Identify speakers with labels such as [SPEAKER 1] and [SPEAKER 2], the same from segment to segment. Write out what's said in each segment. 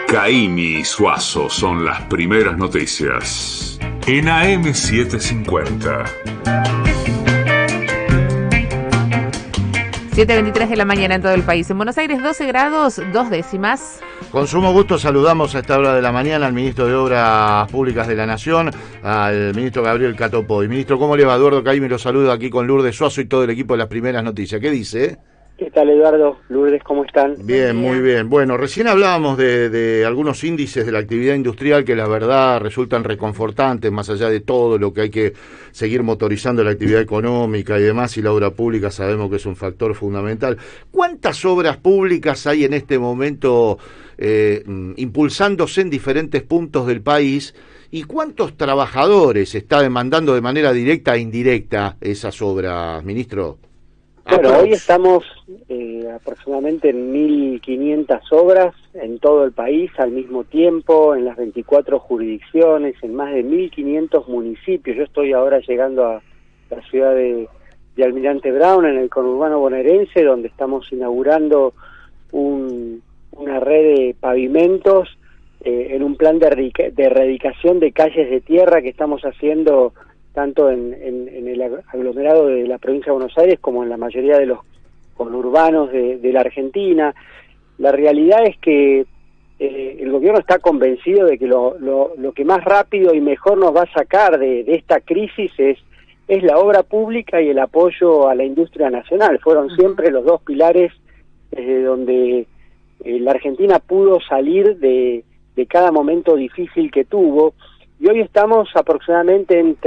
[SPEAKER 1] Caimi y Suazo son las primeras noticias. En AM750.
[SPEAKER 2] 7:23 de la mañana en todo el país. En Buenos Aires 12 grados, 2 décimas.
[SPEAKER 3] Con sumo gusto saludamos a esta hora de la mañana al ministro de Obras Públicas de la Nación, al ministro Gabriel Catopoy. Ministro, ¿cómo le va? Eduardo Caimi lo saluda aquí con Lourdes Suazo y todo el equipo de las primeras noticias. ¿Qué dice?
[SPEAKER 4] ¿Qué tal, Eduardo? Lourdes, ¿cómo están?
[SPEAKER 3] Bien, muy bien. Bueno, recién hablábamos de algunos índices de la actividad industrial que la verdad resultan reconfortantes, más allá de todo lo que hay que seguir motorizando la actividad económica y demás, y la obra pública sabemos que es un factor fundamental. ¿Cuántas obras públicas hay en este momento impulsándose en diferentes puntos del país? ¿Y cuántos trabajadores está demandando de manera directa e indirecta esas obras, ministro?
[SPEAKER 4] Bueno, hoy estamos aproximadamente en 1.500 obras en todo el país al mismo tiempo, en las 24 jurisdicciones, en más de 1.500 municipios. Yo estoy ahora llegando a la ciudad de Almirante Brown, en el conurbano bonaerense, donde estamos inaugurando una red de pavimentos en un plan de erradicación de calles de tierra que estamos haciendo tanto en el aglomerado de la provincia de Buenos Aires como en la mayoría de los conurbanos de la Argentina. La realidad es que el gobierno está convencido de que lo que más rápido y mejor nos va a sacar de esta crisis es la obra pública y el apoyo a la industria nacional. Fueron siempre los dos pilares desde donde la Argentina pudo salir de cada momento difícil que tuvo. Y hoy estamos aproximadamente en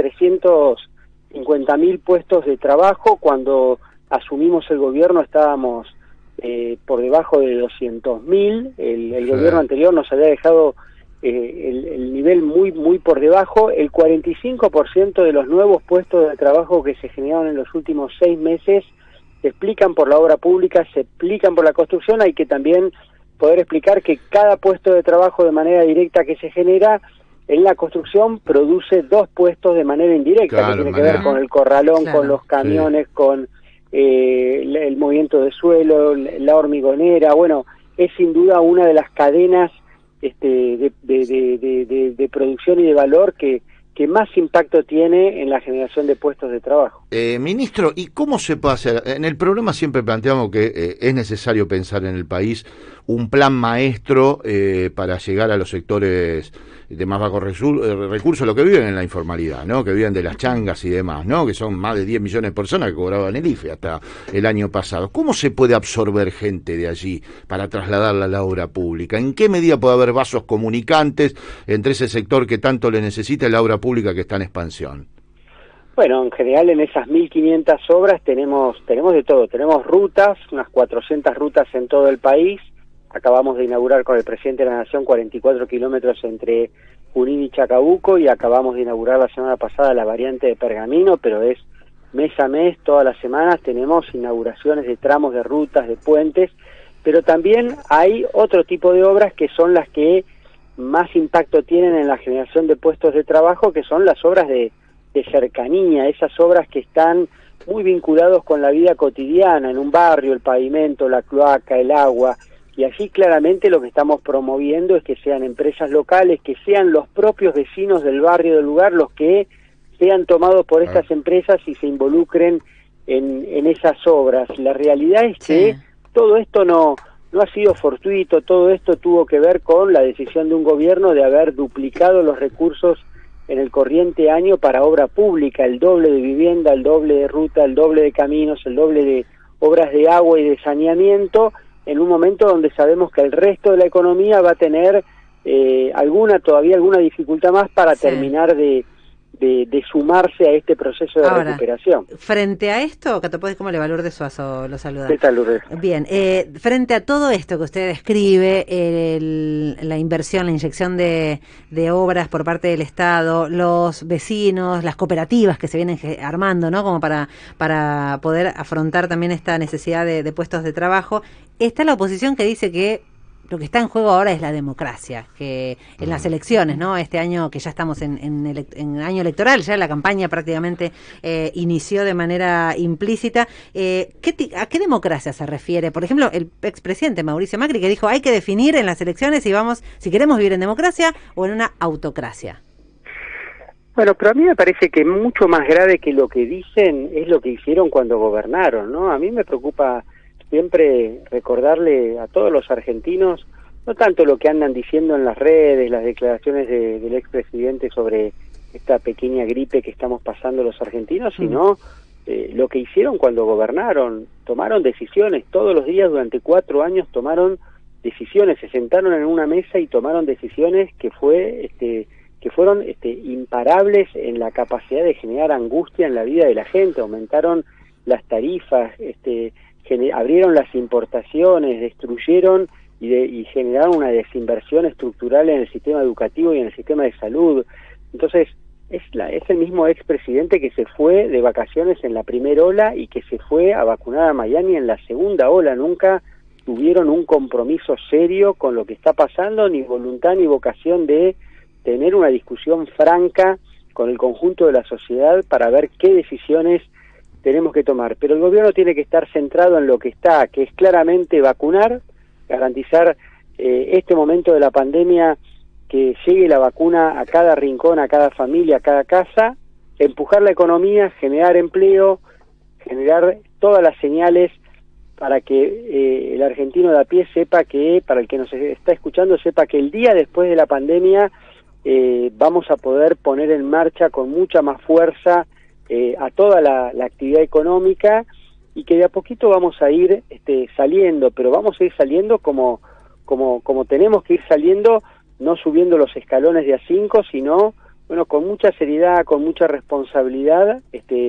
[SPEAKER 4] 350.000 puestos de trabajo. Cuando asumimos el gobierno estábamos por debajo de 200.000. El gobierno anterior nos había dejado el nivel muy por debajo. El 45% de los nuevos puestos de trabajo que se generaron en los últimos 6 meses se explican por la obra pública, se explican por la construcción. Hay que también poder explicar que cada puesto de trabajo de manera directa que se genera en la construcción produce 2 puestos de manera indirecta, claro, que tiene que ver con el corralón, claro, con los camiones, sí, con el movimiento de suelo, la hormigonera. Bueno, es sin duda una de las cadenas de producción y de valor que más impacto tiene en la generación de puestos de trabajo.
[SPEAKER 3] Ministro, ¿y cómo se puede hacer? En el programa siempre planteamos que es necesario pensar en el país un plan maestro para llegar a los sectores de más bajos recursos, los que viven en la informalidad, ¿no? Que viven de las changas y demás, ¿no? Que son más de 10 millones de personas que cobraban el IFE hasta el año pasado. ¿Cómo se puede absorber gente de allí para trasladarla a la obra pública? ¿En qué medida puede haber vasos comunicantes entre ese sector que tanto le necesita y la obra pública que está en expansión?
[SPEAKER 4] Bueno, en general en esas 1.500 obras tenemos de todo. Tenemos rutas, unas 400 rutas en todo el país. Acabamos de inaugurar con el presidente de la Nación 44 kilómetros entre Junín y Chacabuco, y acabamos de inaugurar la semana pasada la variante de Pergamino, pero es mes a mes, todas las semanas tenemos inauguraciones de tramos de rutas, de puentes, pero también hay otro tipo de obras que son las que más impacto tienen en la generación de puestos de trabajo, que son las obras de cercanía, esas obras que están muy vinculados con la vida cotidiana, en un barrio, el pavimento, la cloaca, el agua. Y allí claramente lo que estamos promoviendo es que sean empresas locales, que sean los propios vecinos del barrio, del lugar, los que sean tomados por estas empresas y se involucren en esas obras. La realidad es que todo esto no ha sido fortuito, todo esto tuvo que ver con la decisión de un gobierno de haber duplicado los recursos en el corriente año para obra pública, el doble de vivienda, el doble de ruta, el doble de caminos, el doble de obras de agua y de saneamiento, en un momento donde sabemos que el resto de la economía va a tener todavía alguna dificultad más para terminar de sumarse a este proceso de recuperación.
[SPEAKER 2] Frente a esto, Catopoy, ¿cómo le va? Lourdes Suazo lo saluda.
[SPEAKER 4] ¿Qué tal, Lourdes?
[SPEAKER 2] Bien, frente a todo esto que usted describe, la inversión, la inyección de obras por parte del Estado, los vecinos, las cooperativas que se vienen armando, ¿no? Como para poder afrontar también esta necesidad de puestos de trabajo, está la oposición que dice que lo que está en juego ahora es la democracia, que en las elecciones, ¿no? Este año que ya estamos en año electoral, ya la campaña prácticamente inició de manera implícita. ¿A qué democracia se refiere? Por ejemplo, el expresidente Mauricio Macri, que dijo, hay que definir en las elecciones si queremos vivir en democracia o en una autocracia.
[SPEAKER 4] Bueno, pero a mí me parece que mucho más grave que lo que dicen es lo que hicieron cuando gobernaron, ¿no? A mí me preocupa siempre recordarle a todos los argentinos, no tanto lo que andan diciendo en las redes, las declaraciones del expresidente sobre esta pequeña gripe que estamos pasando los argentinos, sino lo que hicieron cuando gobernaron. Tomaron decisiones todos los días durante 4 años, tomaron decisiones, se sentaron en una mesa y tomaron decisiones que fueron imparables en la capacidad de generar angustia en la vida de la gente. Aumentaron las tarifas, abrieron las importaciones, destruyeron y generaron una desinversión estructural en el sistema educativo y en el sistema de salud. Entonces, es el mismo expresidente que se fue de vacaciones en la primera ola y que se fue a vacunar a Miami en la segunda ola. Nunca tuvieron un compromiso serio con lo que está pasando, ni voluntad ni vocación de tener una discusión franca con el conjunto de la sociedad para ver qué decisiones tenemos que tomar. Pero el gobierno tiene que estar centrado en lo que está, que es claramente vacunar, garantizar este momento de la pandemia, que llegue la vacuna a cada rincón, a cada familia, a cada casa, empujar la economía, generar empleo, generar todas las señales para que el argentino de a pie sepa que, para el que nos está escuchando, sepa que el día después de la pandemia vamos a poder poner en marcha con mucha más fuerza a toda la actividad económica, y que de a poquito vamos a ir saliendo, pero vamos a ir saliendo como tenemos que ir saliendo, no subiendo los escalones de a 5, sino con mucha seriedad, con mucha responsabilidad,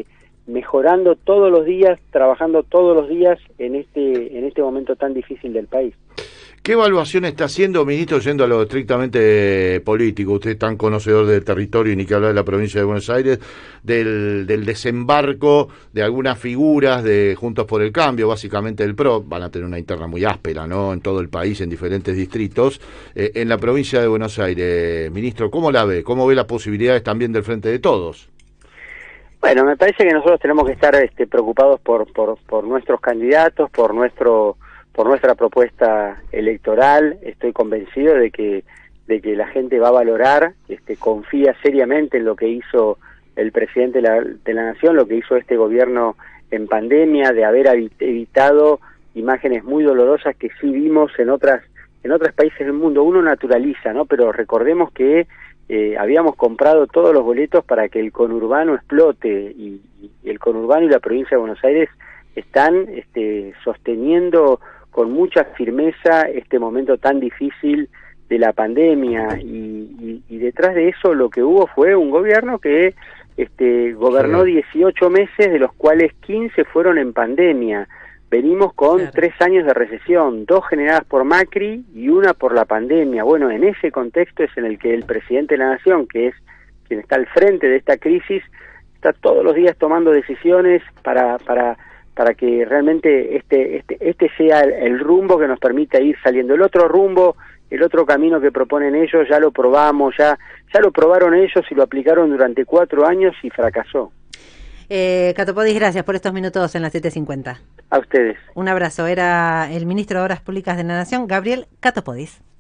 [SPEAKER 4] mejorando todos los días, trabajando todos los días en este momento tan difícil del país.
[SPEAKER 3] ¿Qué evaluación está haciendo, ministro, yendo a lo estrictamente político? Usted es tan conocedor del territorio y ni que hablar de la provincia de Buenos Aires, del desembarco de algunas figuras de Juntos por el Cambio, básicamente del PRO, van a tener una interna muy áspera, ¿no?, en todo el país, en diferentes distritos, en la provincia de Buenos Aires. Ministro, ¿cómo la ve? ¿Cómo ve las posibilidades también del Frente de Todos?
[SPEAKER 4] Bueno, me parece que nosotros tenemos que estar preocupados por nuestros candidatos, por nuestra propuesta electoral. Estoy convencido de que la gente va a valorar, confía seriamente en lo que hizo el presidente de la Nación, lo que hizo este gobierno en pandemia, de haber evitado imágenes muy dolorosas que sí vimos en otros países del mundo. Uno naturaliza, ¿no? Pero recordemos que habíamos comprado todos los boletos para que el conurbano explote, y el conurbano y la provincia de Buenos Aires están sosteniendo con mucha firmeza este momento tan difícil de la pandemia, y detrás de eso lo que hubo fue un gobierno que gobernó 18 meses, de los cuales 15 fueron en pandemia. Venimos con 3 años de recesión, 2 generadas por Macri y 1 por la pandemia. Bueno, en ese contexto es en el que el presidente de la Nación, que es quien está al frente de esta crisis, está todos los días tomando decisiones para que realmente este sea el rumbo que nos permita ir saliendo. El otro rumbo, el otro camino que proponen ellos, ya lo probamos, ya lo probaron ellos y lo aplicaron durante 4 años y fracasó.
[SPEAKER 2] Catopodis, gracias por estos minutos en las 7:50.
[SPEAKER 4] A ustedes.
[SPEAKER 2] Un abrazo. Era el ministro de Obras Públicas de la Nación, Gabriel Catopodis.